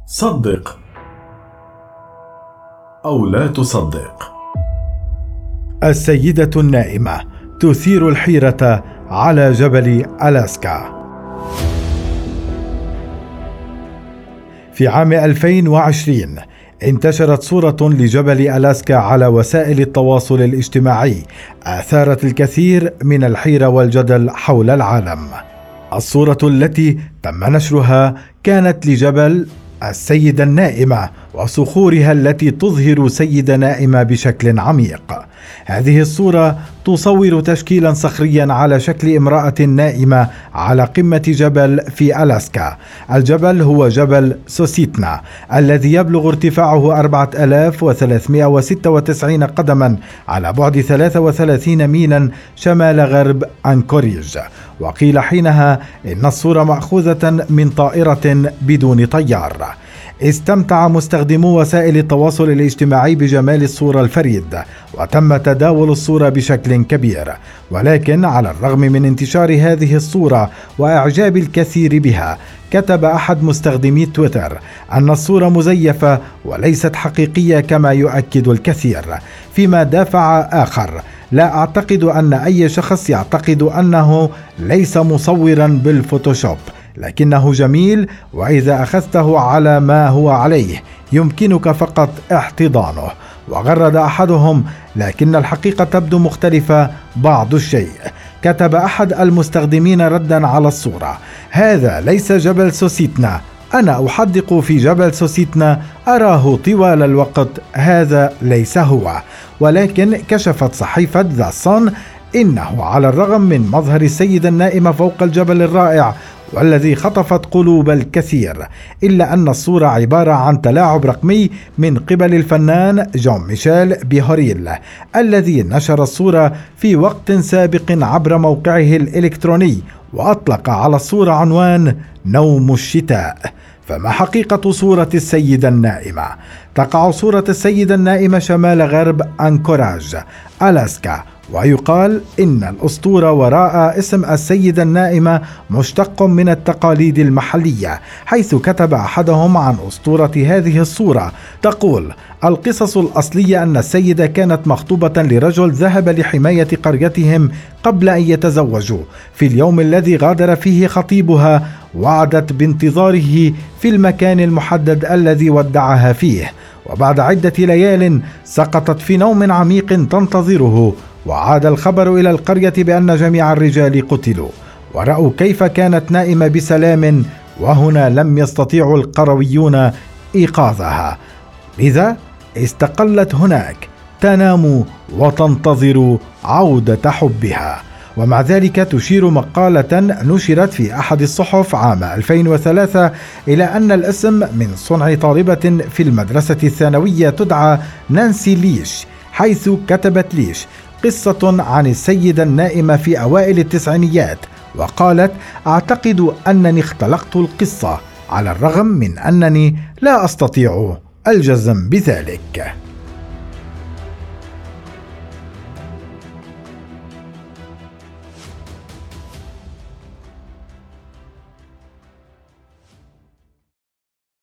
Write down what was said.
صدق أو لا تصدق. السيدة النائمة تثير الحيرة على جبل ألاسكا. في عام 2020 انتشرت صورة لجبل ألاسكا على وسائل التواصل الاجتماعي أثارت الكثير من الحيرة والجدل حول العالم. الصورة التي تم نشرها كانت لجبل السيدة النائمة وصخورها التي تظهر سيدة نائمة بشكل عميق. هذه الصورة تصور تشكيلا صخريا على شكل امرأة نائمة على قمة جبل في ألاسكا. الجبل هو جبل سوسيتنا الذي يبلغ ارتفاعه 4396 قدما على بعد 33 ميلا شمال غرب أنكوريج. وقيل حينها إن الصورة مأخوذة من طائرة بدون طيار. استمتع مستخدمو وسائل التواصل الاجتماعي بجمال الصورة الفريد وتم تداول الصورة بشكل كبير، ولكن على الرغم من انتشار هذه الصورة وإعجاب الكثير بها، كتب أحد مستخدمي تويتر أن الصورة مزيفة وليست حقيقية كما يؤكد الكثير، فيما دافع آخر: لا أعتقد أن أي شخص يعتقد أنه ليس مصورا بالفوتوشوب، لكنه جميل، وإذا أخذته على ما هو عليه يمكنك فقط احتضانه. وغرد أحدهم: لكن الحقيقة تبدو مختلفة بعض الشيء. كتب أحد المستخدمين ردا على الصورة: هذا ليس جبل سوسيتنا، أنا أحدق في جبل سوسيتنا أراه طوال الوقت، هذا ليس هو. ولكن كشفت صحيفة ذا صن إنه على الرغم من مظهر السيدة النائمة فوق الجبل الرائع والذي خطفت قلوب الكثير، إلا أن الصورة عبارة عن تلاعب رقمي من قبل الفنان جون ميشيل بيهوريل الذي نشر الصورة في وقت سابق عبر موقعه الإلكتروني وأطلق على الصورة عنوان نوم الشتاء. فما حقيقة صورة السيدة النائمة؟ تقع صورة السيدة النائمة شمال غرب أنكوراج ألاسكا، ويقال إن الأسطورة وراء اسم السيدة النائمة مشتق من التقاليد المحلية، حيث كتب أحدهم عن أسطورة هذه الصورة تقول: القصص الأصلية أن السيدة كانت مخطوبة لرجل ذهب لحماية قريتهم قبل أن يتزوجوا. في اليوم الذي غادر فيه خطيبها وعدت بانتظاره في المكان المحدد الذي ودعها فيه، وبعد عدة ليال سقطت في نوم عميق تنتظره، وعاد الخبر إلى القرية بأن جميع الرجال قتلوا، ورأوا كيف كانت نائمة بسلام، وهنا لم يستطيعوا القرويون إيقاظها، لذا استقلت هناك تنام وتنتظر عودة حبها. ومع ذلك تشير مقالة نشرت في أحد الصحف عام 2003 إلى أن الاسم من صنع طالبة في المدرسة الثانوية تدعى نانسي ليش، حيث كتبت ليش قصة عن السيدة النائمة في أوائل التسعينيات، وقالت: أعتقد أنني اختلقت القصة على الرغم من أنني لا أستطيع الجزم بذلك.